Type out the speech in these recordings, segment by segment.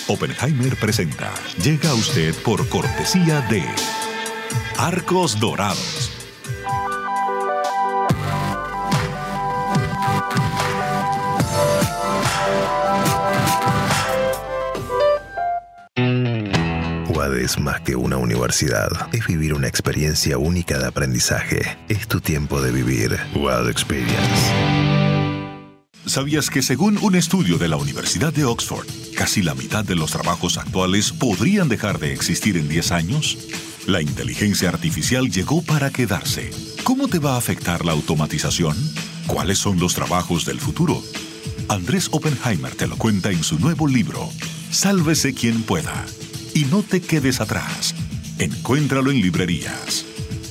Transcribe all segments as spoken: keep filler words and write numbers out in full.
Oppenheimer presenta. Llega a usted por cortesía de Arcos Dorados. U A D es más que una universidad. Es vivir una experiencia única de aprendizaje. Es tu tiempo de vivir. U A D Experience. ¿Sabías que según un estudio de la Universidad de Oxford, casi la mitad de los trabajos actuales podrían dejar de existir en diez años? La inteligencia artificial llegó para quedarse. ¿Cómo te va a afectar la automatización? ¿Cuáles son los trabajos del futuro? Andrés Oppenheimer te lo cuenta en su nuevo libro, Sálvese quien pueda. Y no te quedes atrás. Encuéntralo en librerías.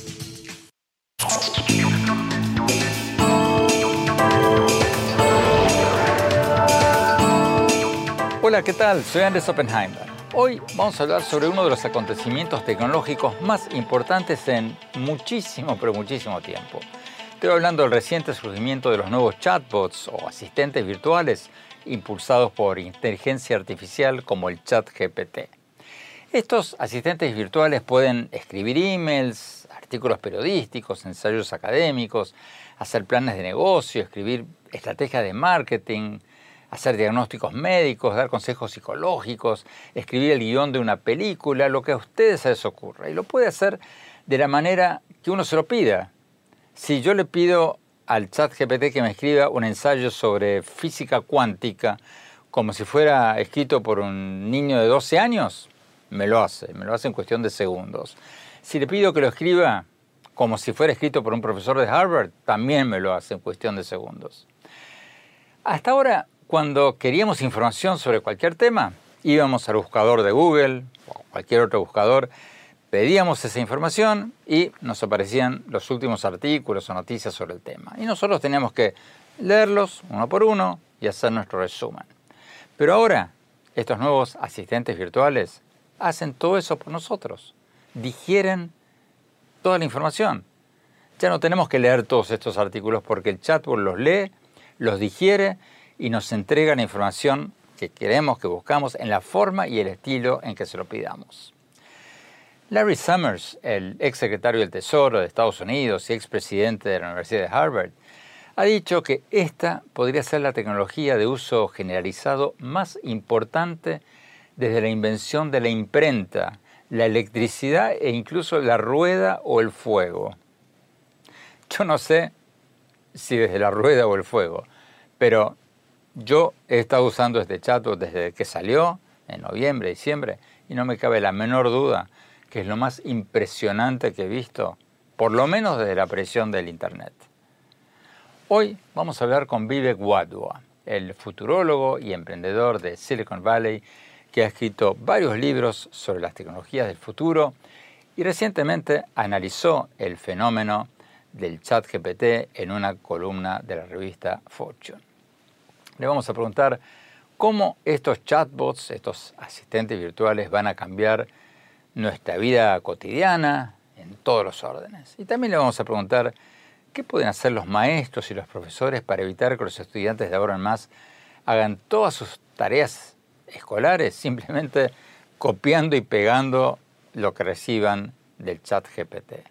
Hola, ¿qué tal? Soy Andrés Oppenheimer. Hoy vamos a hablar sobre uno de los acontecimientos tecnológicos más importantes en muchísimo, pero muchísimo tiempo. Estoy hablando del reciente surgimiento de los nuevos chatbots o asistentes virtuales impulsados por inteligencia artificial como el ChatGPT. Estos asistentes virtuales pueden escribir emails, artículos periodísticos, ensayos académicos, hacer planes de negocio, escribir estrategias de marketing, hacer diagnósticos médicos, dar consejos psicológicos, escribir el guión de una película, lo que a ustedes se les ocurra. Y lo puede hacer de la manera que uno se lo pida. Si yo le pido al ChatGPT que me escriba un ensayo sobre física cuántica, como si fuera escrito por un niño de doce años, me lo hace, me lo hace en cuestión de segundos. Si le pido que lo escriba como si fuera escrito por un profesor de Harvard, también me lo hace en cuestión de segundos. Hasta ahora, cuando queríamos información sobre cualquier tema, íbamos al buscador de Google o cualquier otro buscador, pedíamos esa información y nos aparecían los últimos artículos o noticias sobre el tema. Y nosotros teníamos que leerlos uno por uno y hacer nuestro resumen. Pero ahora, estos nuevos asistentes virtuales hacen todo eso por nosotros. Digieren toda la información. Ya no tenemos que leer todos estos artículos porque el chatbot los lee, los digiere y nos entrega la información que queremos, que buscamos, en la forma y el estilo en que se lo pidamos. Larry Summers, el ex secretario del Tesoro de Estados Unidos y expresidente de la Universidad de Harvard, ha dicho que esta podría ser la tecnología de uso generalizado más importante desde la invención de la imprenta, la electricidad e incluso la rueda o el fuego. Yo no sé si desde la rueda o el fuego, pero yo he estado usando este chatbot desde que salió, en noviembre, diciembre, y no me cabe la menor duda que es lo más impresionante que he visto, por lo menos desde la aparición del Internet. Hoy vamos a hablar con Vivek Wadhwa, el futurólogo y emprendedor de Silicon Valley, que ha escrito varios libros sobre las tecnologías del futuro y recientemente analizó el fenómeno del ChatGPT en una columna de la revista Fortune. Le vamos a preguntar cómo estos chatbots, estos asistentes virtuales, van a cambiar nuestra vida cotidiana en todos los órdenes. Y también le vamos a preguntar qué pueden hacer los maestros y los profesores para evitar que los estudiantes de ahora en más hagan todas sus tareas escolares simplemente copiando y pegando lo que reciban del ChatGPT.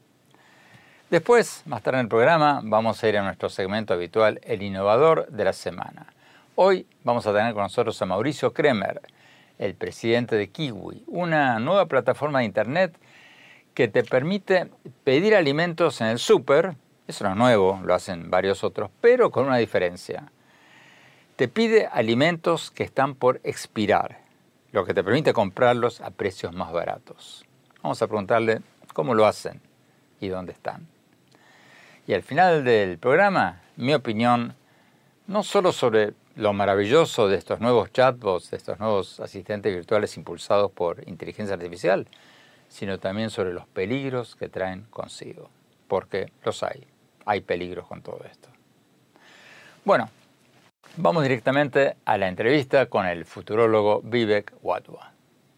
Después, más tarde en el programa, vamos a ir a nuestro segmento habitual, El Innovador de la Semana. Hoy vamos a tener con nosotros a Mauricio Kremer, el presidente de Kiwi, una nueva plataforma de Internet que te permite pedir alimentos en el súper. Eso no es nuevo, lo hacen varios otros, pero con una diferencia. Te pide alimentos que están por expirar, lo que te permite comprarlos a precios más baratos. Vamos a preguntarle cómo lo hacen y dónde están. Y al final del programa, mi opinión, no solo sobre lo maravilloso de estos nuevos chatbots, de estos nuevos asistentes virtuales impulsados por inteligencia artificial, sino también sobre los peligros que traen consigo. Porque los hay. Hay peligros con todo esto. Bueno, vamos directamente a la entrevista con el futurólogo Vivek Wadhwa.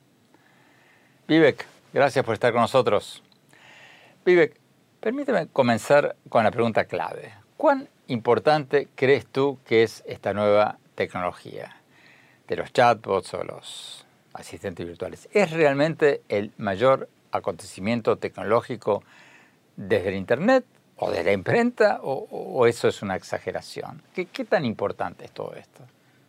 Vivek, gracias por estar con nosotros. Vivek, permíteme comenzar con la pregunta clave. ¿Cuán importante crees tú que es esta nueva tecnología? de los chatbots o los asistentes virtuales, ¿es realmente el mayor acontecimiento tecnológico desde el Internet o de la imprenta o, o eso es una exageración? ¿Qué, qué tan importante es todo esto?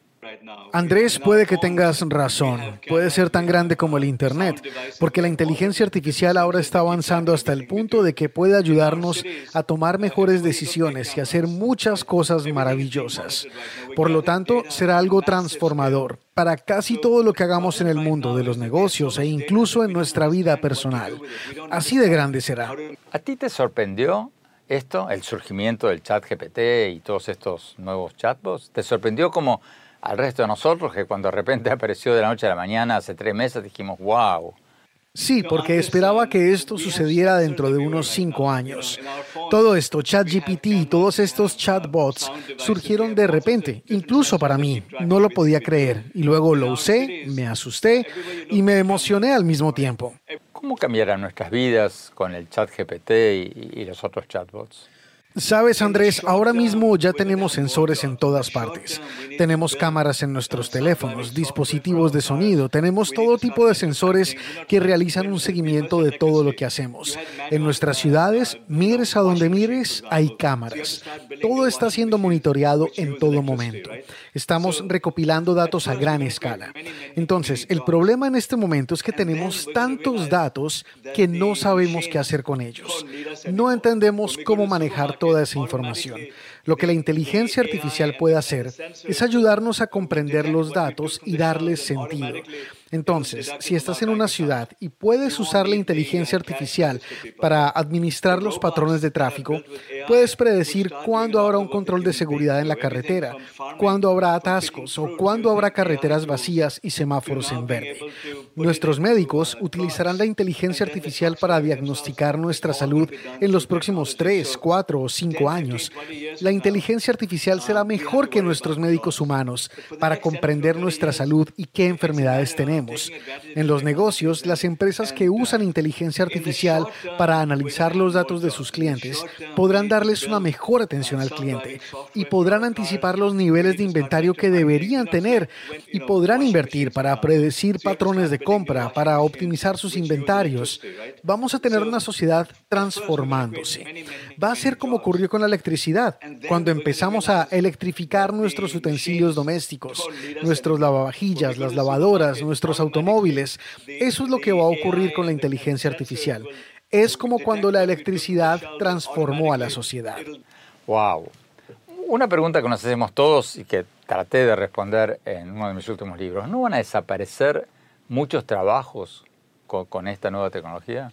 Andrés, puede que tengas razón. Puede ser tan grande como el Internet, porque la inteligencia artificial ahora está avanzando hasta el punto de que puede ayudarnos a tomar mejores decisiones y hacer muchas cosas maravillosas. Por lo tanto, será algo transformador para casi todo lo que hagamos en el mundo de los negocios e incluso en nuestra vida personal. Así de grande será. ¿A ti te sorprendió esto, el surgimiento del ChatGPT y todos estos nuevos chatbots? ¿Te sorprendió como al resto de nosotros, que cuando de repente apareció de la noche a la mañana hace tres meses, dijimos, wow? Sí, porque esperaba que esto sucediera dentro de unos cinco años. Todo esto, ChatGPT y todos estos chatbots surgieron de repente, incluso para mí. No lo podía creer. Y luego lo usé, me asusté y me emocioné al mismo tiempo. ¿Cómo cambiarán nuestras vidas con el ChatGPT y, y los otros chatbots? Sabes, Andrés, ahora mismo ya tenemos sensores en todas partes. Tenemos cámaras en nuestros teléfonos, dispositivos de sonido, tenemos todo tipo de sensores que realizan un seguimiento de todo lo que hacemos. En nuestras ciudades, mires a donde mires, hay cámaras. Todo está siendo monitoreado en todo momento. Estamos recopilando datos a gran escala. Entonces, el problema en este momento es que tenemos tantos datos que no sabemos qué hacer con ellos. No entendemos cómo manejar toda esa información. Lo que la inteligencia artificial puede hacer es ayudarnos a comprender los datos y darles sentido. Entonces, si estás en una ciudad y puedes usar la inteligencia artificial para administrar los patrones de tráfico, puedes predecir cuándo habrá un control de seguridad en la carretera, cuándo habrá atascos o cuándo habrá carreteras vacías y semáforos en verde. Nuestros médicos utilizarán la inteligencia artificial para diagnosticar nuestra salud en los próximos tres, cuatro o cinco años. La inteligencia artificial será mejor que nuestros médicos humanos para comprender nuestra salud y qué enfermedades tenemos. En los negocios, las empresas que usan inteligencia artificial para analizar los datos de sus clientes podrán darles una mejor atención al cliente y podrán anticipar los niveles de inventario que deberían tener y podrán invertir para predecir patrones de compra, para optimizar sus inventarios. Vamos a tener una sociedad transformándose. Va a ser como ocurrió con la electricidad, cuando empezamos a electrificar nuestros utensilios domésticos, nuestros lavavajillas, las lavadoras, nuestros automóviles. Eso es lo que va a ocurrir con la inteligencia artificial. Es como cuando la electricidad transformó a la sociedad. Wow. Una pregunta que nos hacemos todos y que traté de responder en uno de mis últimos libros. ¿No van a desaparecer muchos trabajos con, con esta nueva tecnología?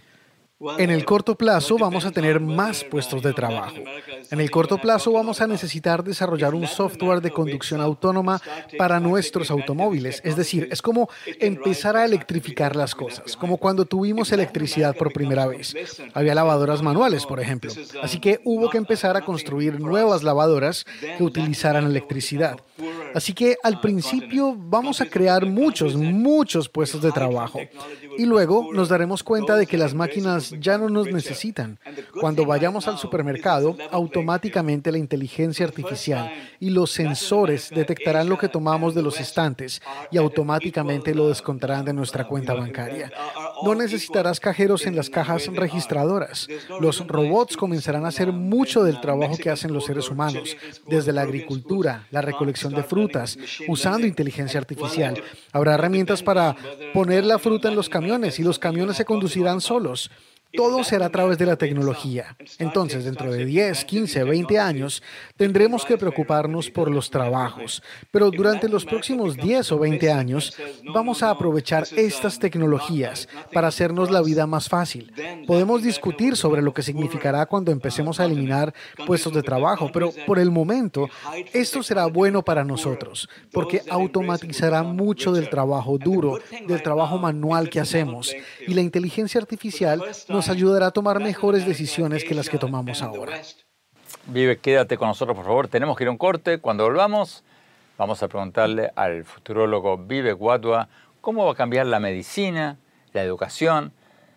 En el corto plazo vamos a tener más puestos de trabajo. En el corto plazo vamos a necesitar desarrollar un software de conducción autónoma para nuestros automóviles. Es decir, es como empezar a electrificar las cosas, como cuando tuvimos electricidad por primera vez. Había lavadoras manuales, por ejemplo. Así que hubo que empezar a construir nuevas lavadoras que utilizaran electricidad. Así que al principio vamos a crear muchos, muchos puestos de trabajo. Y luego nos daremos cuenta de que las máquinas ya no nos necesitan. Cuando vayamos al supermercado, automáticamente la inteligencia artificial y los sensores detectarán lo que tomamos de los estantes y automáticamente lo descontarán de nuestra cuenta bancaria. No necesitarás cajeros en las cajas registradoras. Los robots comenzarán a hacer mucho del trabajo que hacen los seres humanos, desde la agricultura, la recolección de frutas, usando inteligencia artificial. Habrá herramientas para poner la fruta en los camiones y los camiones se conducirán solos. Todo será a través de la tecnología. Entonces, dentro de diez, quince, veinte años, tendremos que preocuparnos por los trabajos. Pero durante los próximos diez o veinte años, vamos a aprovechar estas tecnologías para hacernos la vida más fácil. Podemos discutir sobre lo que significará cuando empecemos a eliminar puestos de trabajo, pero por el momento, esto será bueno para nosotros, porque automatizará mucho del trabajo duro, del trabajo manual que hacemos, y la inteligencia artificial nos nos ayudará a tomar mejores decisiones que las que tomamos ahora. Vive, quédate con nosotros, por favor. Tenemos que ir a un corte. Cuando volvamos, vamos a preguntarle al futurólogo Vivek Wadhwa cómo va a cambiar la medicina, la educación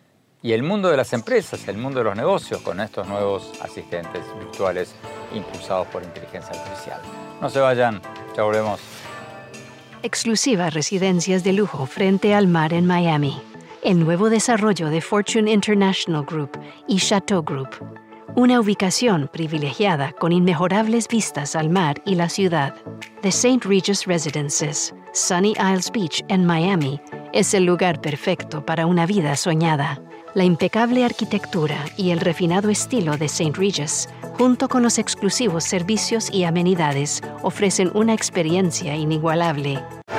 y el mundo de las empresas, el mundo de los negocios con estos nuevos asistentes virtuales impulsados por inteligencia artificial. No se vayan, ya volvemos. exclusivas residencias de lujo frente al mar en Miami. El nuevo desarrollo de Fortune International Group y Chateau Group. Una ubicación privilegiada con inmejorables vistas al mar y la ciudad. The Saint Regis Residences, Sunny Isles Beach en Miami, es el lugar perfecto para una vida soñada. La impecable arquitectura y el refinado estilo de Saint Regis, junto con los exclusivos servicios y amenidades, ofrecen una experiencia inigualable.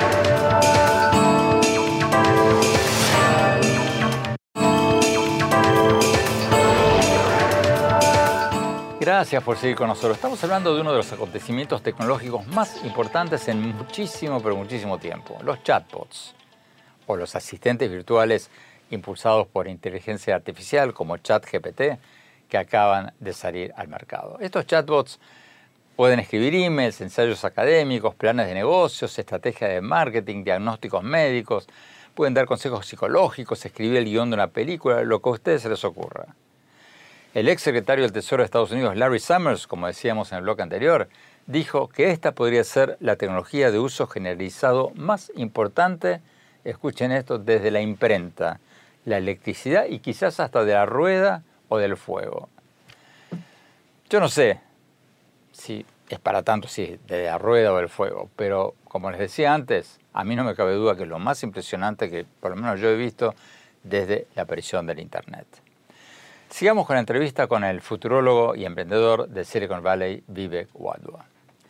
Gracias por seguir con nosotros. Estamos hablando de uno de los acontecimientos tecnológicos más importantes en muchísimo, pero muchísimo tiempo. Los chatbots, o los asistentes virtuales impulsados por inteligencia artificial como ChatGPT, que acaban de salir al mercado. Estos chatbots pueden escribir emails, ensayos académicos, planes de negocios, estrategias de marketing, diagnósticos médicos, pueden dar consejos psicológicos, escribir el guión de una película, lo que a ustedes se les ocurra. El ex secretario del Tesoro de Estados Unidos, Larry Summers, como decíamos en el bloque anterior, dijo que esta podría ser la tecnología de uso generalizado más importante, escuchen esto, desde la imprenta, la electricidad y quizás hasta de la rueda o del fuego. Yo no sé si es para tanto, si de la rueda o del fuego, pero como les decía antes, a mí no me cabe duda que es lo más impresionante que por lo menos yo he visto desde la aparición del Internet. Sigamos con la entrevista con el futurólogo y emprendedor de Silicon Valley, Vivek Wadhwa.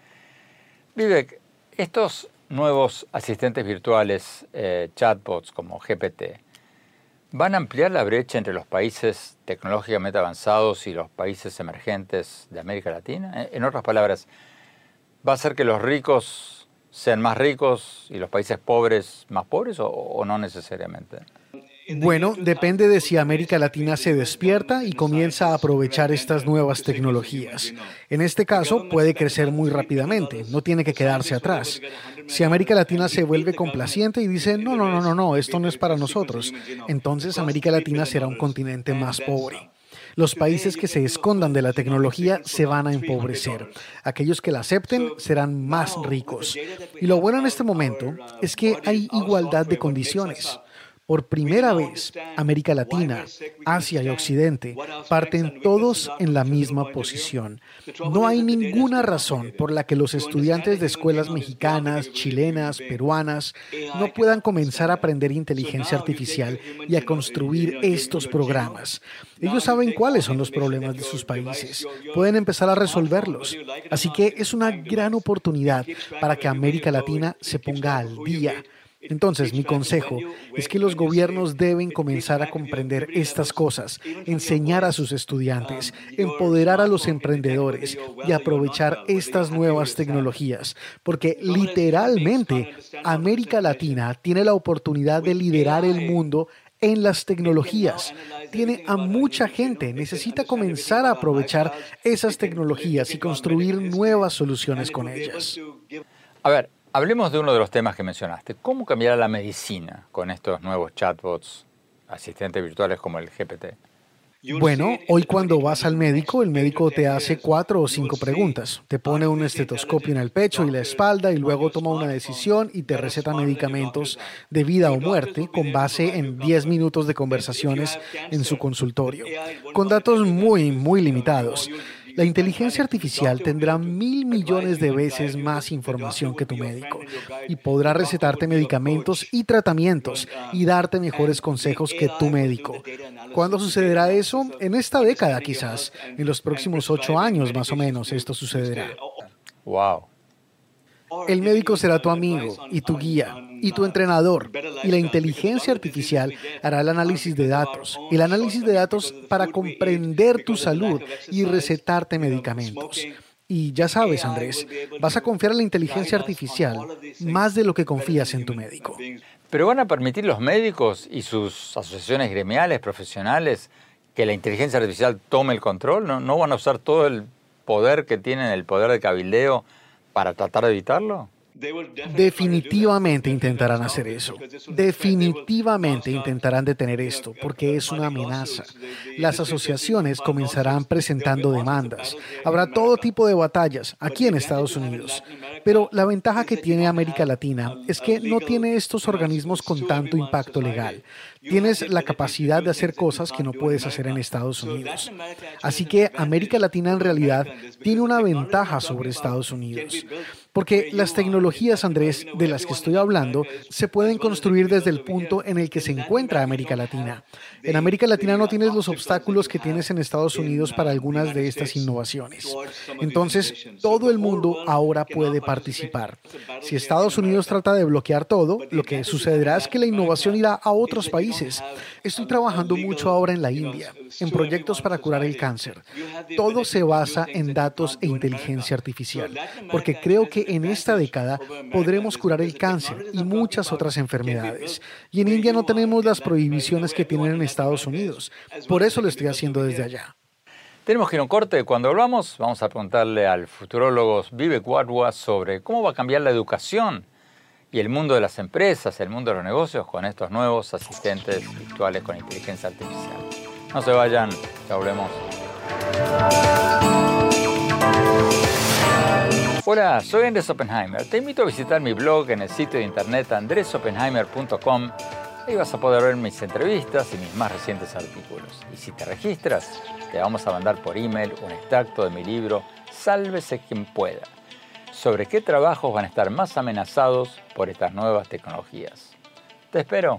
Vivek, estos nuevos asistentes virtuales, eh, chatbots como G P T, ¿van a ampliar la brecha entre los países tecnológicamente avanzados y los países emergentes de América Latina? En otras palabras, ¿va a hacer que los ricos sean más ricos y los países pobres más pobres o, o no necesariamente? Bueno, depende de si América Latina se despierta y comienza a aprovechar estas nuevas tecnologías. En este caso, puede crecer muy rápidamente, no tiene que quedarse atrás. Si América Latina se vuelve complaciente y dice, no, no, no, no, no, esto no es para nosotros, entonces América Latina será un continente más pobre. Los países que se escondan de la tecnología se van a empobrecer. Aquellos que la acepten serán más ricos. Y lo bueno en este momento es que hay igualdad de condiciones. Por primera vez, América Latina, Asia y Occidente parten todos en la misma posición. No hay ninguna razón por la que los estudiantes de escuelas mexicanas, chilenas, peruanas no puedan comenzar a aprender inteligencia artificial y a construir estos programas. Ellos saben cuáles son los problemas de sus países. Pueden empezar a resolverlos. Así que es una gran oportunidad para que América Latina se ponga al día. Entonces, mi consejo es que los gobiernos deben comenzar a comprender estas cosas, enseñar a sus estudiantes, empoderar a los emprendedores y aprovechar estas nuevas tecnologías, porque literalmente América Latina tiene la oportunidad de liderar el mundo en las tecnologías. Tiene a mucha gente, necesita comenzar a aprovechar esas tecnologías y construir nuevas soluciones con ellas. A ver, hablemos de uno de los temas que mencionaste. ¿Cómo cambiará la medicina con estos nuevos chatbots, asistentes virtuales como el G P T? Bueno, hoy cuando vas al médico, el médico te hace cuatro o cinco preguntas. Te pone un estetoscopio en el pecho y la espalda y luego toma una decisión y te receta medicamentos de vida o muerte con base en diez minutos de conversaciones en su consultorio, con datos muy, muy limitados. La inteligencia artificial tendrá mil millones de veces más información que tu médico y podrá recetarte medicamentos y tratamientos y darte mejores consejos que tu médico. ¿Cuándo sucederá eso? En esta década quizás. En los próximos ocho años más o menos esto sucederá. Wow. El médico será tu amigo y tu guía y tu entrenador, y la inteligencia artificial hará el análisis de datos, el análisis de datos para comprender tu salud y recetarte medicamentos. Y ya sabes, Andrés, vas a confiar en la inteligencia artificial más de lo que confías en tu médico. ¿Pero van a permitir los médicos y sus asociaciones gremiales, profesionales, que la inteligencia artificial tome el control? ¿No, no van a usar todo el poder que tienen, el poder de cabildeo, para tratar de evitarlo? Definitivamente intentarán hacer eso. Definitivamente intentarán detener esto, porque es una amenaza. Las asociaciones comenzarán presentando demandas. Habrá todo tipo de batallas aquí en Estados Unidos. Pero la ventaja que tiene América Latina es que no tiene estos organismos con tanto impacto legal. Tienes la capacidad de hacer cosas que no puedes hacer en Estados Unidos. Así que América Latina en realidad tiene una ventaja sobre Estados Unidos. Porque las tecnologías, Andrés, de las que estoy hablando, se pueden construir desde el punto en el que se encuentra América Latina. En América Latina no tienes los obstáculos que tienes en Estados Unidos para algunas de estas innovaciones. Entonces, todo el mundo ahora puede participar. Si Estados Unidos trata de bloquear todo, lo que sucederá es que la innovación irá a otros países. Estoy trabajando mucho ahora en la India, en proyectos para curar el cáncer. Todo se basa en datos e inteligencia artificial, porque creo que en esta década podremos curar el cáncer y muchas otras enfermedades. Y en India no tenemos las prohibiciones que tienen en Estados Unidos. Por eso lo estoy haciendo desde allá. Tenemos que ir a un corte. Cuando volvamos, vamos a preguntarle al futurólogo Vivek Wadhwa sobre cómo va a cambiar la educación y el mundo de las empresas, el mundo de los negocios con estos nuevos asistentes virtuales con inteligencia artificial. No se vayan, ya volvemos. Hola, soy Andrés Oppenheimer. Te invito a visitar mi blog en el sitio de internet andres oppenheimer punto com. Ahí vas a poder ver mis entrevistas y mis más recientes artículos. Y si te registras, te vamos a mandar por email un extracto de mi libro Sálvese quien pueda, sobre qué trabajos van a estar más amenazados por estas nuevas tecnologías. Te espero.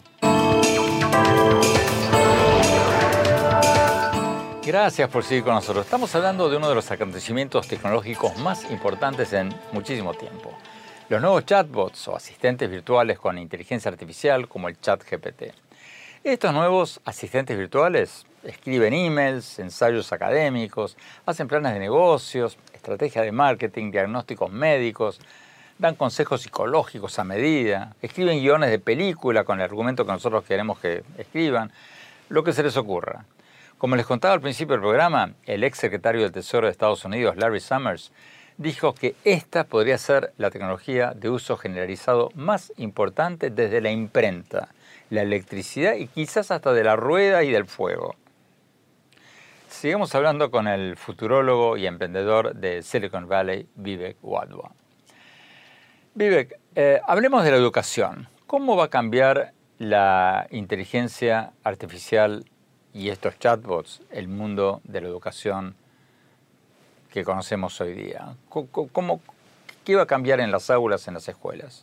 Gracias por seguir con nosotros. Estamos hablando de uno de los acontecimientos tecnológicos más importantes en muchísimo tiempo. Los nuevos chatbots o asistentes virtuales con inteligencia artificial como el ChatGPT. Estos nuevos asistentes virtuales escriben emails, ensayos académicos, hacen planes de negocios, estrategias de marketing, diagnósticos médicos, dan consejos psicológicos a medida, escriben guiones de película con el argumento que nosotros queremos que escriban, lo que se les ocurra. Como les contaba al principio del programa, el ex secretario del Tesoro de Estados Unidos, Larry Summers, dijo que esta podría ser la tecnología de uso generalizado más importante desde la imprenta, la electricidad y quizás hasta de la rueda y del fuego. Sigamos hablando con el futurólogo y emprendedor de Silicon Valley, Vivek Wadhwa. Vivek, eh, hablemos de la educación. ¿Cómo va a cambiar la inteligencia artificial y estos chatbots el mundo de la educación que conocemos hoy día? ¿Cómo, ¿Qué va a cambiar en las aulas, en las escuelas?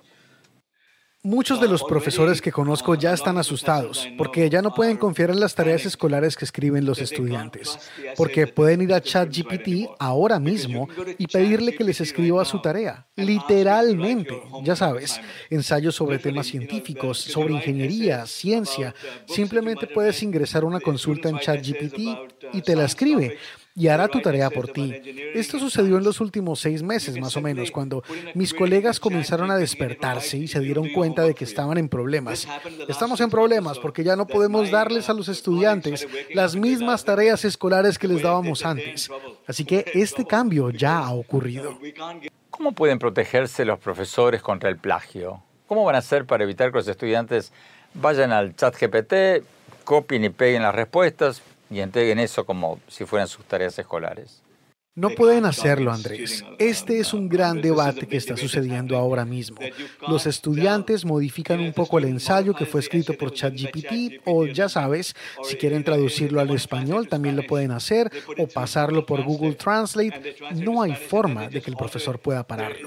Muchos de los profesores que conozco ya están asustados porque ya no pueden confiar en las tareas escolares que escriben los estudiantes, porque pueden ir a ChatGPT ahora mismo y pedirle que les escriba su tarea, literalmente, ya sabes, ensayos sobre temas científicos, sobre ingeniería, ciencia. Simplemente puedes ingresar una consulta en ChatGPT y te la escribe y hará tu tarea por ti. Esto sucedió en los últimos seis meses, más o menos, cuando mis colegas comenzaron a despertarse y se dieron cuenta de que estaban en problemas. Estamos en problemas porque ya no podemos darles a los estudiantes las mismas tareas escolares que les dábamos antes. Así que este cambio ya ha ocurrido. ¿Cómo pueden protegerse los profesores contra el plagio? ¿Cómo van a hacer para evitar que los estudiantes vayan al ChatGPT, copien y peguen las respuestas y entreguen eso como si fueran sus tareas escolares? No pueden hacerlo, Andrés. Este es un gran debate que está sucediendo ahora mismo. Los estudiantes modifican un poco el ensayo que fue escrito por ChatGPT o, ya sabes, si quieren traducirlo al español también lo pueden hacer o pasarlo por Google Translate. No hay forma de que el profesor pueda pararlo.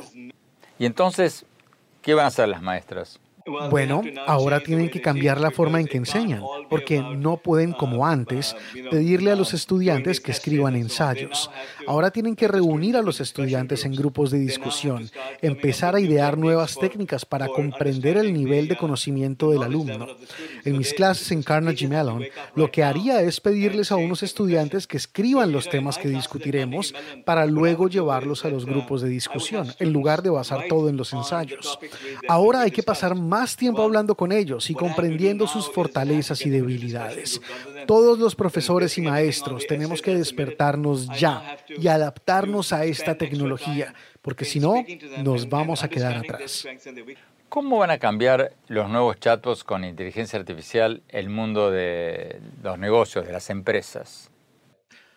Y entonces, ¿qué van a hacer las maestras? Bueno, ahora tienen que cambiar la forma en que enseñan, porque no pueden, como antes, pedirle a los estudiantes que escriban ensayos. Ahora tienen que reunir a los estudiantes en grupos de discusión, empezar a idear nuevas técnicas para comprender el nivel de conocimiento del alumno. En mis clases en Carnegie Mellon, lo que haría es pedirles a unos estudiantes que escriban los temas que discutiremos para luego llevarlos a los grupos de discusión, en lugar de basar todo en los ensayos. Ahora hay que pasar más más tiempo hablando con ellos y comprendiendo sus fortalezas y debilidades. Todos los profesores y maestros tenemos que despertarnos ya y adaptarnos a esta tecnología, porque si no, nos vamos a quedar atrás. ¿Cómo van a cambiar los nuevos chatbots con inteligencia artificial el mundo de los negocios, de las empresas?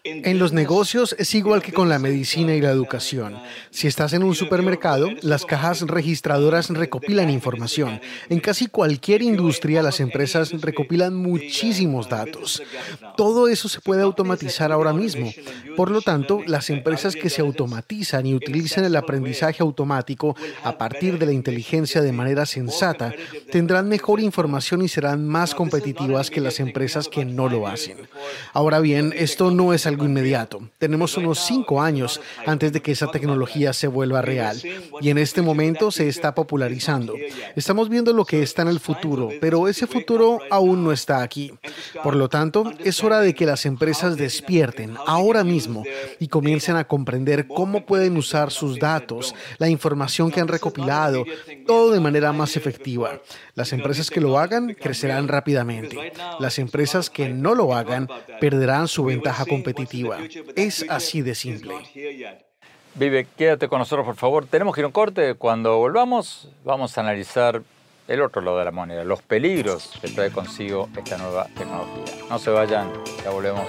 En los negocios es igual que con la medicina y la educación. Si estás en un supermercado, las cajas registradoras recopilan información. En casi cualquier industria, las empresas recopilan muchísimos datos. Todo eso se puede automatizar ahora mismo. Por lo tanto, las empresas que se automatizan y utilizan el aprendizaje automático a partir de la inteligencia de manera sensata, tendrán mejor información y serán más competitivas que las empresas que no lo hacen. Ahora bien, esto no es algo inmediato. Tenemos unos cinco años antes de que esa tecnología se vuelva real y en este momento se está popularizando. Estamos viendo lo que está en el futuro, pero ese futuro aún no está aquí. Por lo tanto, es hora de que las empresas despierten ahora mismo y comiencen a comprender cómo pueden usar sus datos, la información que han recopilado, todo de manera más efectiva. Las empresas que lo hagan crecerán rápidamente. Las empresas que no lo hagan perderán su ventaja competitiva. Es así de simple. Vivek, quédate con nosotros, por favor. Tenemos que ir a un corte. Cuando volvamos, vamos a analizar el otro lado de la moneda, los peligros que trae consigo esta nueva tecnología. No se vayan, ya volvemos.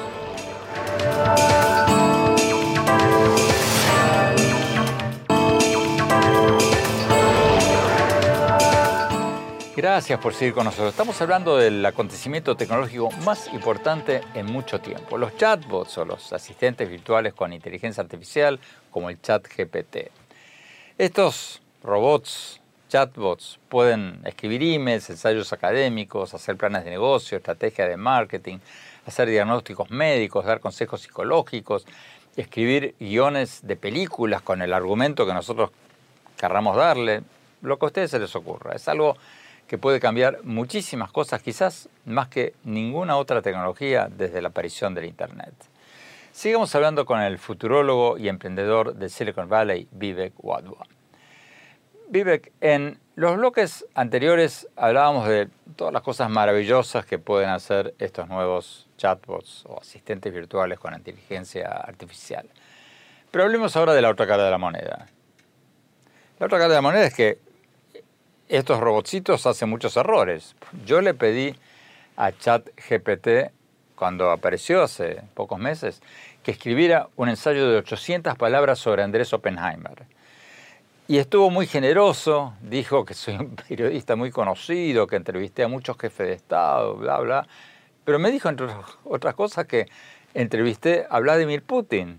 Gracias por seguir con nosotros. Estamos hablando del acontecimiento tecnológico más importante en mucho tiempo. Los chatbots o los asistentes virtuales con inteligencia artificial como el ChatGPT. Estos robots, chatbots, pueden escribir emails, ensayos académicos, hacer planes de negocio, estrategias de marketing, hacer diagnósticos médicos, dar consejos psicológicos, escribir guiones de películas con el argumento que nosotros querramos darle, lo que a ustedes se les ocurra. Es algo que puede cambiar muchísimas cosas, quizás más que ninguna otra tecnología desde la aparición del Internet. Sigamos hablando con el futurólogo y emprendedor de Silicon Valley, Vivek Wadhwa. Vivek, en los bloques anteriores hablábamos de todas las cosas maravillosas que pueden hacer estos nuevos chatbots o asistentes virtuales con inteligencia artificial. Pero hablemos ahora de la otra cara de la moneda. La otra cara de la moneda es que estos robotcitos hacen muchos errores. Yo le pedí a ChatGPT, cuando apareció hace pocos meses, que escribiera un ensayo de ochocientas palabras sobre Andrés Oppenheimer. Y estuvo muy generoso, dijo que soy un periodista muy conocido, que entrevisté a muchos jefes de Estado, bla, bla. Pero me dijo, entre otras cosas, que entrevisté a Vladimir Putin.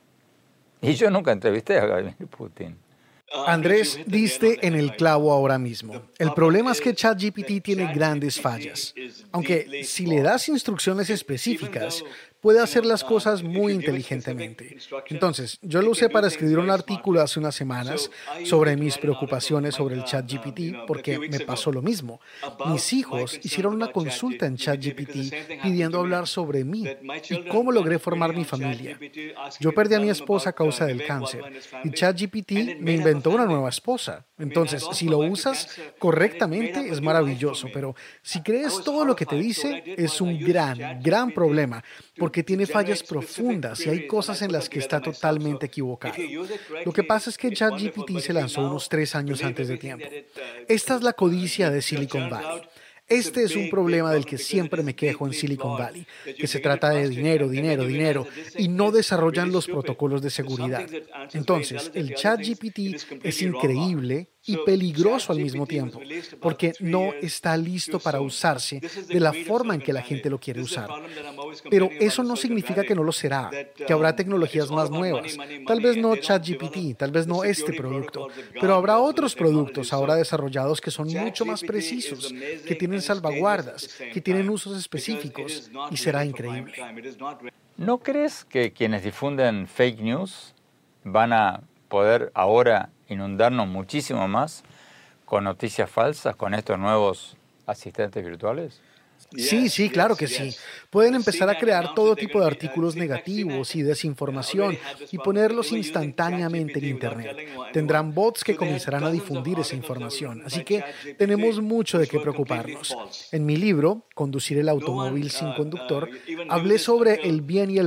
Y yo nunca entrevisté a Vladimir Putin. Andrés, diste en el clavo ahora mismo. El problema es que ChatGPT tiene grandes fallas. Aunque si le das instrucciones específicas, puede hacer las cosas muy inteligentemente. Entonces, yo lo usé para escribir un artículo hace unas semanas sobre mis preocupaciones sobre el ChatGPT porque me pasó lo mismo. Mis hijos hicieron una consulta en ChatGPT pidiendo hablar sobre mí y cómo logré formar mi familia. Yo perdí a mi esposa a causa del cáncer y ChatGPT me inventó una nueva esposa. Entonces, si lo usas correctamente es maravilloso, pero si crees todo lo que te dice, es un gran, gran problema porque tiene fallas profundas y hay cosas en las que está totalmente equivocado. Lo que pasa es que ChatGPT se lanzó unos tres años antes de tiempo. Esta es la codicia de Silicon Valley. Este es un problema del que siempre me quejo en Silicon Valley, que se trata de dinero, dinero, dinero, y no desarrollan los protocolos de seguridad. Entonces, el ChatGPT es increíble y peligroso al mismo tiempo, porque no está listo para usarse de la forma en que la gente lo quiere usar. Pero eso no significa que no lo será, que habrá tecnologías más nuevas. Tal vez no ChatGPT, tal vez no este producto, pero habrá otros productos ahora desarrollados que son mucho más precisos, que tienen salvaguardas, que tienen usos específicos, y será increíble. ¿No crees que quienes difunden fake news van a poder ahora inundarnos muchísimo más con noticias falsas, con estos nuevos asistentes virtuales? Sí, sí, claro que sí. Pueden empezar a crear todo tipo de artículos negativos y desinformación y ponerlos instantáneamente en Internet. Tendrán bots que comenzarán a difundir esa información, así que tenemos mucho de qué preocuparnos. En mi libro, Conducir el automóvil sin conductor, hablé sobre el bien y el mal.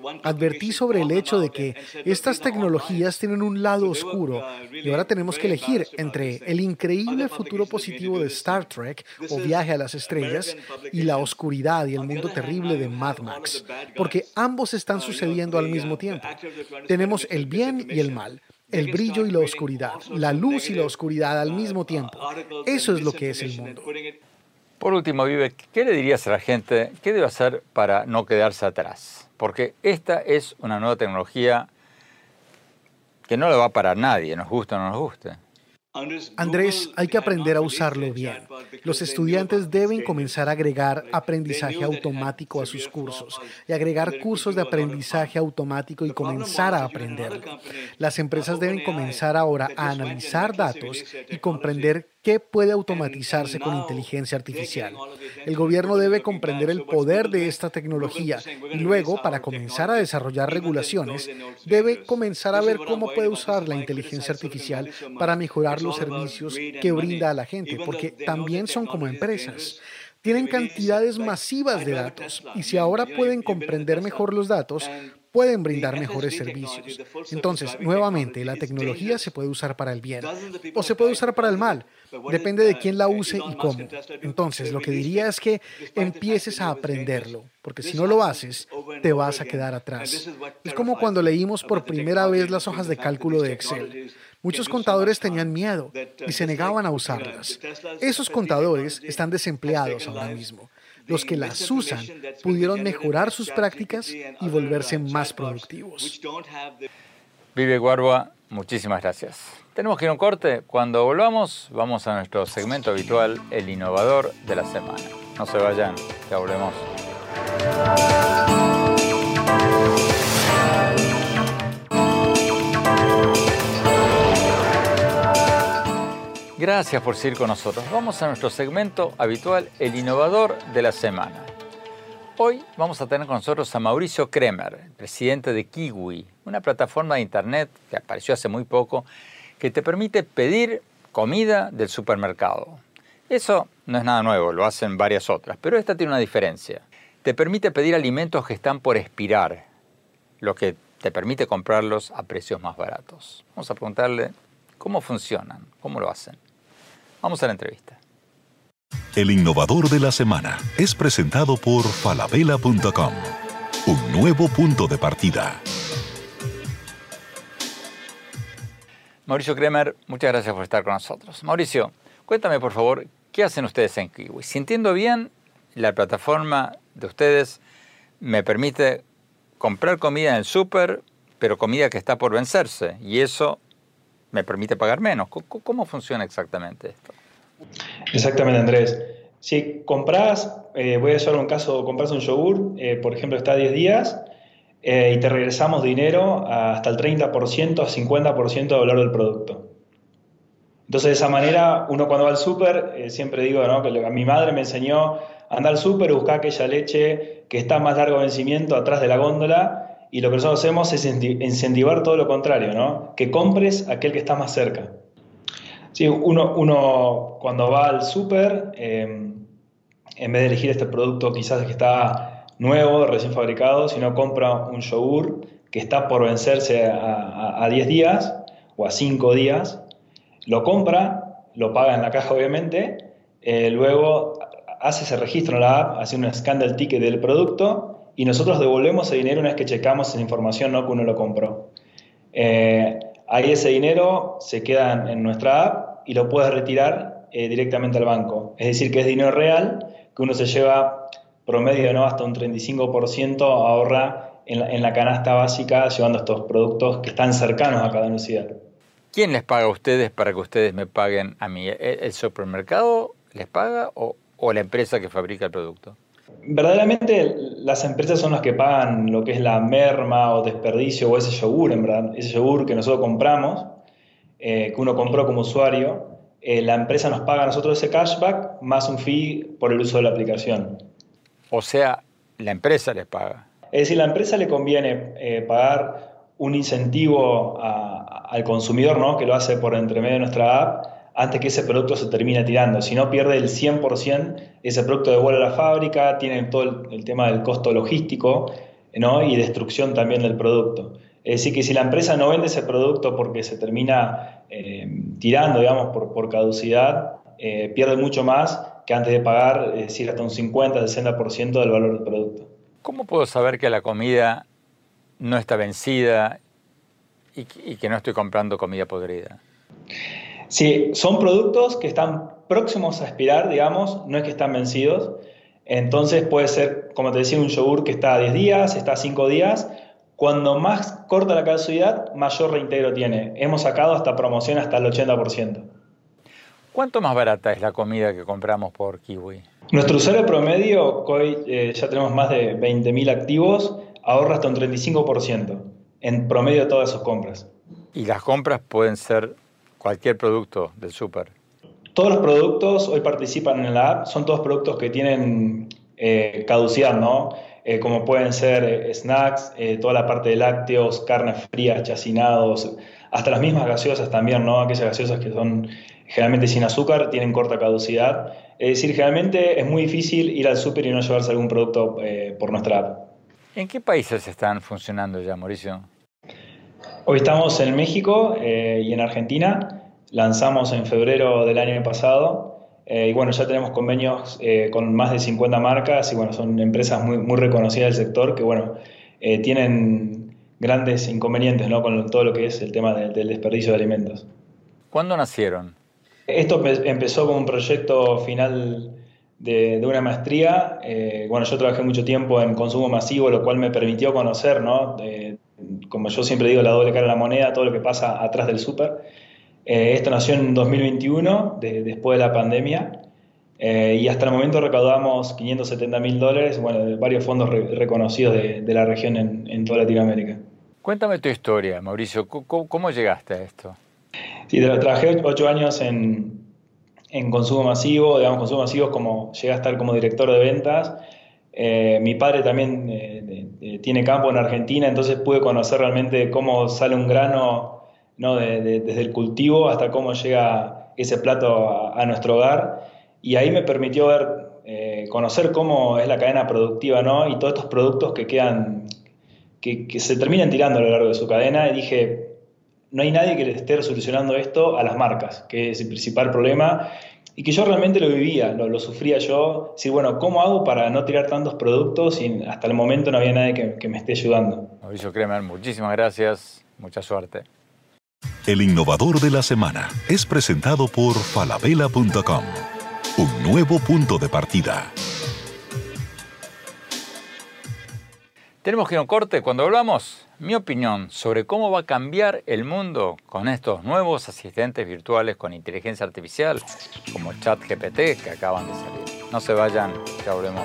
Advertí sobre el hecho de que estas tecnologías tienen un lado oscuro y ahora tenemos que elegir entre el increíble futuro positivo de Star Trek o Viaje a las Estrellas y la oscuridad y el mundo terrible de Mad Max, porque ambos están sucediendo al mismo tiempo. Tenemos el bien y el mal, el brillo y la oscuridad, la luz y la oscuridad al mismo tiempo. Eso es lo que es el mundo. Por último, Vivek, ¿qué le dirías a la gente? ¿Qué debe hacer para no quedarse atrás? Porque esta es una nueva tecnología que no le va a parar nadie, nos guste o no nos guste. Andrés, hay que aprender a usarlo bien. Los estudiantes deben comenzar a agregar aprendizaje automático a sus cursos y agregar cursos de aprendizaje automático y comenzar a aprenderlo. Las empresas deben comenzar ahora a analizar datos y comprender qué puede automatizarse con inteligencia artificial. El gobierno debe comprender el poder de esta tecnología y luego, para comenzar a desarrollar regulaciones, debe comenzar a ver cómo puede usar la inteligencia artificial para mejorar los servicios que brinda a la gente, porque también son como empresas. Tienen cantidades masivas de datos y si ahora pueden comprender mejor los datos, pueden brindar mejores servicios. Entonces, nuevamente, la tecnología se puede usar para el bien o se puede usar para el mal. Depende de quién la use y cómo. Entonces, lo que diría es que empieces a aprenderlo, porque si no lo haces, te vas a quedar atrás. Es como cuando leímos por primera vez las hojas de cálculo de Excel. Muchos contadores tenían miedo y se negaban a usarlas. Esos contadores están desempleados ahora mismo. Los que las usan pudieron mejorar sus prácticas y volverse más productivos. Vivek Warwa, muchísimas gracias. Tenemos que ir a un corte. Cuando volvamos, vamos a nuestro segmento habitual, El Innovador de la Semana. No se vayan, ya volvemos. Gracias por seguir con nosotros. Vamos a nuestro segmento habitual, El Innovador de la Semana. Hoy vamos a tener con nosotros a Mauricio Kremer, presidente de Kiwi, una plataforma de internet que apareció hace muy poco, que te permite pedir comida del supermercado. Eso no es nada nuevo, lo hacen varias otras, pero esta tiene una diferencia. Te permite pedir alimentos que están por expirar, lo que te permite comprarlos a precios más baratos. Vamos a preguntarle cómo funcionan, cómo lo hacen. Vamos a la entrevista. El Innovador de la Semana es presentado por falabella punto com. Un nuevo punto de partida. Mauricio Kremer, muchas gracias por estar con nosotros. Mauricio, cuéntame por favor, ¿qué hacen ustedes en Kiwi? Si entiendo bien, la plataforma de ustedes me permite comprar comida en el súper, pero comida que está por vencerse, y eso me permite pagar menos. ¿Cómo funciona exactamente esto? Exactamente, Andrés. Si compras, eh, voy a hacer un caso, compras un yogur, eh, por ejemplo, está a diez días, eh, y te regresamos dinero hasta el treinta por ciento a cincuenta por ciento del valor del producto. Entonces, de esa manera, uno cuando va al súper, eh, siempre digo, ¿no?, que a mi madre me enseñó a andar al súper y buscar aquella leche que está más largo vencimiento atrás de la góndola. Y lo que nosotros hacemos es incentivar todo lo contrario, ¿no? Que compres aquel que está más cerca. Sí, uno, uno cuando va al súper, eh, en vez de elegir este producto quizás que está nuevo, recién fabricado, sino compra un yogur que está por vencerse a, a, a diez días o a cinco días, lo compra, lo paga en la caja obviamente, eh, luego hace ese registro en la app, hace un scan del ticket del producto, y nosotros devolvemos ese dinero una vez que checamos esa información, ¿no?, que uno lo compró. Eh, ahí ese dinero se queda en, en nuestra app y lo puedes retirar eh, directamente al banco. Es decir, que es dinero real, que uno se lleva promedio, ¿no?, hasta un treinta y cinco por ciento ahorra en la, en la canasta básica llevando estos productos que están cercanos a cada necesidad. ¿Quién les paga a ustedes para que ustedes me paguen a mí? ¿El supermercado les paga o, o la empresa que fabrica el producto? Verdaderamente las empresas son las que pagan lo que es la merma o desperdicio o ese yogur, en verdad, ese yogur que nosotros compramos, eh, que uno compró como usuario, eh, la empresa nos paga a nosotros ese cashback más un fee por el uso de la aplicación. O sea, la empresa les paga. Es decir, la empresa le conviene eh, pagar un incentivo a, a, al consumidor, ¿no?, que lo hace por entremedio de nuestra app, antes que ese producto se termine tirando. Si no, pierde el cien por ciento, ese producto devuelve a la fábrica, tiene todo el, el tema del costo logístico, ¿no? Y destrucción también del producto. Es decir, que si la empresa no vende ese producto porque se termina eh, tirando, digamos, por, por caducidad, eh, pierde mucho más que antes de pagar, es decir, hasta un cincuenta, sesenta por ciento del valor del producto. ¿Cómo puedo saber que la comida no está vencida y, y que no estoy comprando comida podrida? Sí, son productos que están próximos a expirar, digamos, no es que están vencidos. Entonces puede ser, como te decía, un yogur que está a diez días, está a cinco días. Cuando más corta la caducidad, mayor reintegro tiene. Hemos sacado hasta promoción hasta el ochenta por ciento. ¿Cuánto más barata es la comida que compramos por Kiwi? Nuestro usuario promedio, hoy eh, ya tenemos más de veinte mil activos, ahorra hasta un treinta y cinco por ciento en promedio de todas sus compras. ¿Y las compras pueden ser cualquier producto del súper? Todos los productos hoy participan en la app, son todos productos que tienen eh, caducidad, ¿no? Eh, como pueden ser eh, snacks, eh, toda la parte de lácteos, carnes frías, chacinados, hasta las mismas gaseosas también, ¿no? Aquellas gaseosas que son generalmente sin azúcar, tienen corta caducidad. Es decir, generalmente es muy difícil ir al súper y no llevarse algún producto eh, por nuestra app. ¿En qué países están funcionando ya, Mauricio? Hoy estamos en México eh, y en Argentina. Lanzamos en febrero del año pasado. Eh, y bueno, ya tenemos convenios eh, con más de cincuenta marcas y bueno, son empresas muy, muy reconocidas del sector que bueno, eh, tienen grandes inconvenientes, ¿no? Con todo lo que es el tema de, del desperdicio de alimentos. ¿Cuándo nacieron? Esto empezó como un proyecto final de, de una maestría. Eh, bueno, yo trabajé mucho tiempo en consumo masivo, lo cual me permitió conocer, ¿no? Eh, como yo siempre digo, la doble cara de la moneda, todo lo que pasa atrás del súper. Eh, esto nació en dos mil veintiuno, de, después de la pandemia, eh, y hasta el momento recaudamos quinientos setenta mil dólares, bueno, de varios fondos re, reconocidos de, de la región en, en toda Latinoamérica. Cuéntame tu historia, Mauricio. ¿Cómo, cómo llegaste a esto? Sí, trabajé ocho años en, en consumo masivo, digamos, consumo masivo, como llegué a estar como director de ventas. Eh, mi padre también eh, de, de, tiene campo en Argentina, entonces pude conocer realmente cómo sale un grano, ¿no? de, de, desde el cultivo hasta cómo llega ese plato a, a nuestro hogar, y ahí me permitió ver, eh, conocer cómo es la cadena productiva, ¿no? Y todos estos productos que quedan, que, que se terminan tirando a lo largo de su cadena, y dije, no hay nadie que le esté solucionando esto a las marcas, que es el principal problema, y que yo realmente lo vivía, lo, lo sufría yo, decir, bueno, ¿cómo hago para no tirar tantos productos? Y hasta el momento no había nadie que, que me esté ayudando. Mauricio Kremer, muchísimas gracias, mucha suerte. El innovador de la semana es presentado por falabella punto com, un nuevo punto de partida. Tenemos que ir a un corte. Cuando volvamos, mi opinión sobre cómo va a cambiar el mundo con estos nuevos asistentes virtuales con inteligencia artificial, como el ChatGPT que acaban de salir. No se vayan, ya volvemos.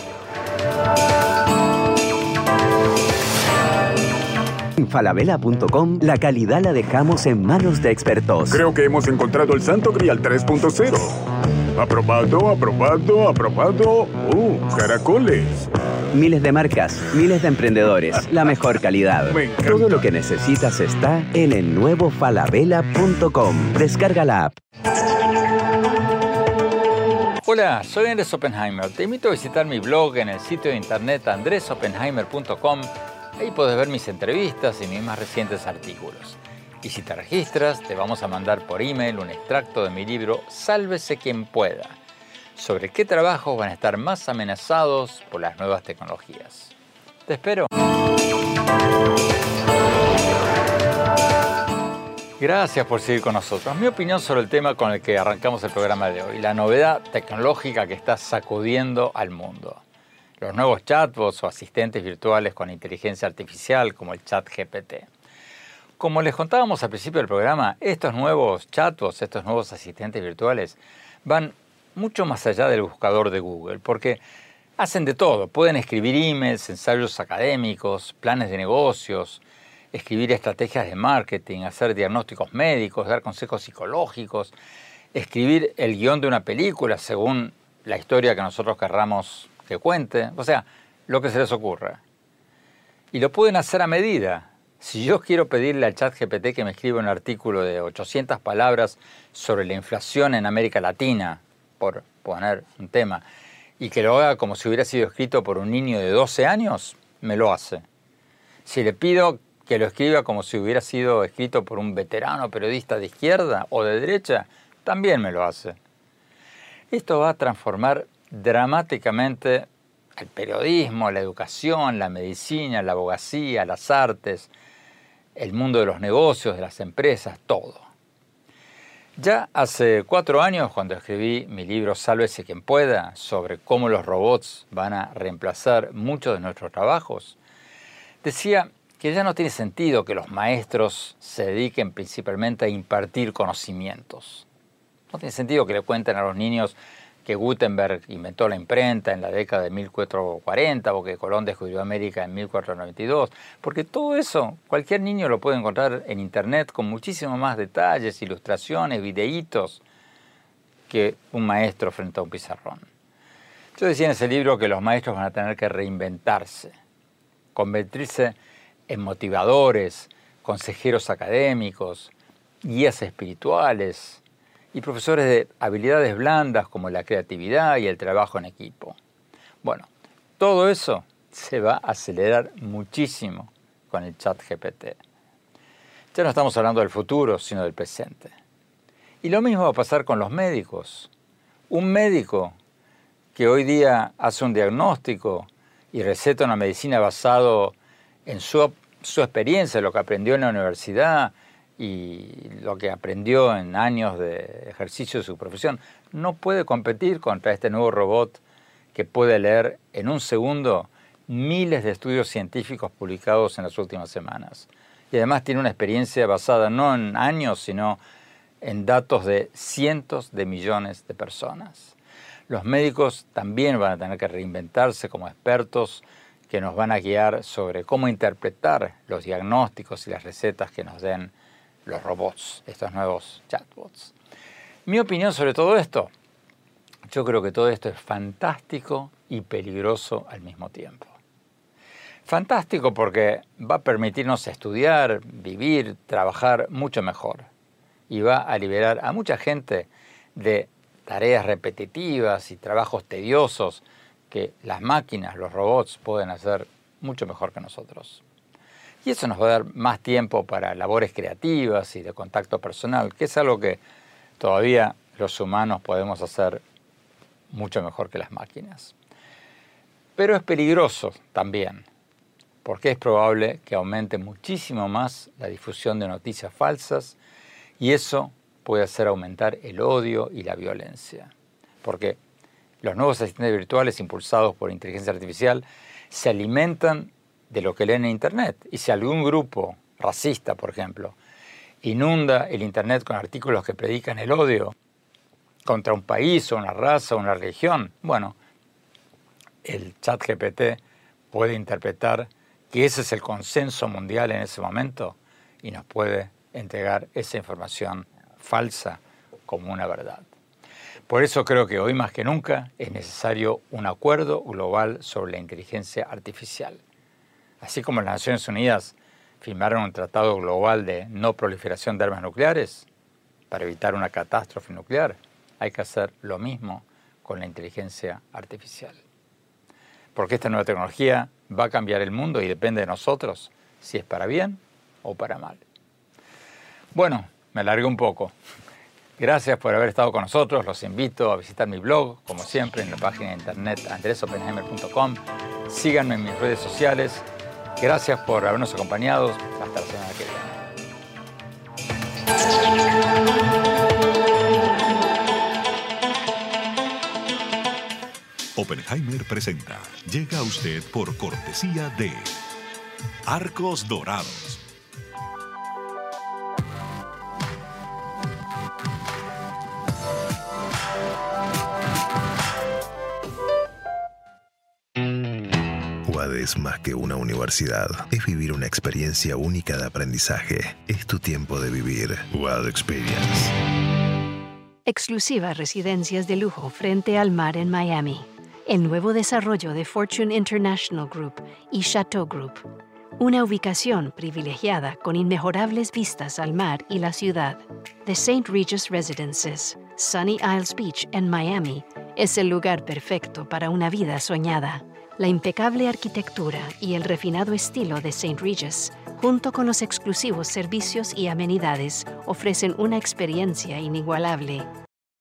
En falabella punto com, la calidad la dejamos en manos de expertos. Creo que hemos encontrado el Santo Grial tres punto cero. Aprobado, aprobado, aprobado. ¡Uh, caracoles! Miles de marcas, miles de emprendedores, la mejor calidad. Me encanta. Todo lo que necesitas está en el nuevo falabella punto com. Descarga la app. Hola, soy Andrés Oppenheimer. Te invito a visitar mi blog en el sitio de internet andres oppenheimer punto com. Ahí puedes ver mis entrevistas y mis más recientes artículos. Y si te registras, te vamos a mandar por email un extracto de mi libro Sálvese quien pueda, sobre qué trabajos van a estar más amenazados por las nuevas tecnologías. Te espero. Gracias por seguir con nosotros. Mi opinión sobre el tema con el que arrancamos el programa de hoy, la novedad tecnológica que está sacudiendo al mundo. Los nuevos chatbots o asistentes virtuales con inteligencia artificial como el ChatGPT. Como les contábamos al principio del programa, estos nuevos chatbots, estos nuevos asistentes virtuales van mucho más allá del buscador de Google, porque hacen de todo. Pueden escribir emails, ensayos académicos, planes de negocios, escribir estrategias de marketing, hacer diagnósticos médicos, dar consejos psicológicos, escribir el guión de una película según la historia que nosotros querramos que cuente, o sea, lo que se les ocurra. Y lo pueden hacer a medida. Si yo quiero pedirle al ChatGPT que me escriba un artículo de ochocientas palabras sobre la inflación en América Latina, por poner un tema, y que lo haga como si hubiera sido escrito por un niño de doce años, me lo hace. Si le pido que lo escriba como si hubiera sido escrito por un veterano periodista de izquierda o de derecha, también me lo hace. Esto va a transformar dramáticamente el periodismo, la educación, la medicina, la abogacía, las artes, el mundo de los negocios, de las empresas, todo. Ya hace cuatro años, cuando escribí mi libro Sálvese quien pueda, sobre cómo los robots van a reemplazar muchos de nuestros trabajos, decía que ya no tiene sentido que los maestros se dediquen principalmente a impartir conocimientos. No tiene sentido que le cuenten a los niños que Gutenberg inventó la imprenta en la década de mil cuatrocientos cuarenta o que Colón descubrió América en mil cuatrocientos noventa y dos, porque todo eso cualquier niño lo puede encontrar en Internet con muchísimos más detalles, ilustraciones, videitos que un maestro frente a un pizarrón. Yo decía en ese libro que los maestros van a tener que reinventarse, convertirse en motivadores, consejeros académicos, guías espirituales y profesores de habilidades blandas como la creatividad y el trabajo en equipo. Bueno, todo eso se va a acelerar muchísimo con el chat G P T. Ya no estamos hablando del futuro, sino del presente. Y lo mismo va a pasar con los médicos. Un médico que hoy día hace un diagnóstico y receta una medicina basado en su, su experiencia, lo que aprendió en la universidad y lo que aprendió en años de ejercicio de su profesión, no puede competir contra este nuevo robot que puede leer en un segundo miles de estudios científicos publicados en las últimas semanas. Y además tiene una experiencia basada no en años, sino en datos de cientos de millones de personas. Los médicos también van a tener que reinventarse como expertos que nos van a guiar sobre cómo interpretar los diagnósticos y las recetas que nos den los robots, estos nuevos chatbots. Mi opinión sobre todo esto, yo creo que todo esto es fantástico y peligroso al mismo tiempo. Fantástico porque va a permitirnos estudiar, vivir, trabajar mucho mejor y va a liberar a mucha gente de tareas repetitivas y trabajos tediosos que las máquinas, los robots, pueden hacer mucho mejor que nosotros. Y eso nos va a dar más tiempo para labores creativas y de contacto personal, que es algo que todavía los humanos podemos hacer mucho mejor que las máquinas. Pero es peligroso también, porque es probable que aumente muchísimo más la difusión de noticias falsas y eso puede hacer aumentar el odio y la violencia. Porque los nuevos asistentes virtuales impulsados por inteligencia artificial se alimentan de lo que leen en Internet. Y si algún grupo racista, por ejemplo, inunda el Internet con artículos que predican el odio contra un país o una raza o una religión, bueno, el chat G P T puede interpretar que ese es el consenso mundial en ese momento y nos puede entregar esa información falsa como una verdad. Por eso creo que hoy más que nunca es necesario un acuerdo global sobre la inteligencia artificial. Así como las Naciones Unidas firmaron un tratado global de no proliferación de armas nucleares para evitar una catástrofe nuclear, hay que hacer lo mismo con la inteligencia artificial. Porque esta nueva tecnología va a cambiar el mundo y depende de nosotros si es para bien o para mal. Bueno, me alargué un poco. Gracias por haber estado con nosotros. Los invito a visitar mi blog, como siempre, en la página de internet andres oppenheimer punto com. Síganme en mis redes sociales. Gracias por habernos acompañado. Hasta la semana que viene. Oppenheimer presenta. Llega a usted por cortesía de Arcos Dorados. U A D es más que una universidad. Es vivir una experiencia única de aprendizaje. Es tu tiempo de vivir. U A D Experience. Exclusivas residencias de lujo frente al mar en Miami. El nuevo desarrollo de Fortune International Group y Chateau Group. Una ubicación privilegiada con inmejorables vistas al mar y la ciudad. The Saint Regis Residences, Sunny Isles Beach en Miami, es el lugar perfecto para una vida soñada. La impecable arquitectura y el refinado estilo de Saint Regis, junto con los exclusivos servicios y amenidades, ofrecen una experiencia inigualable.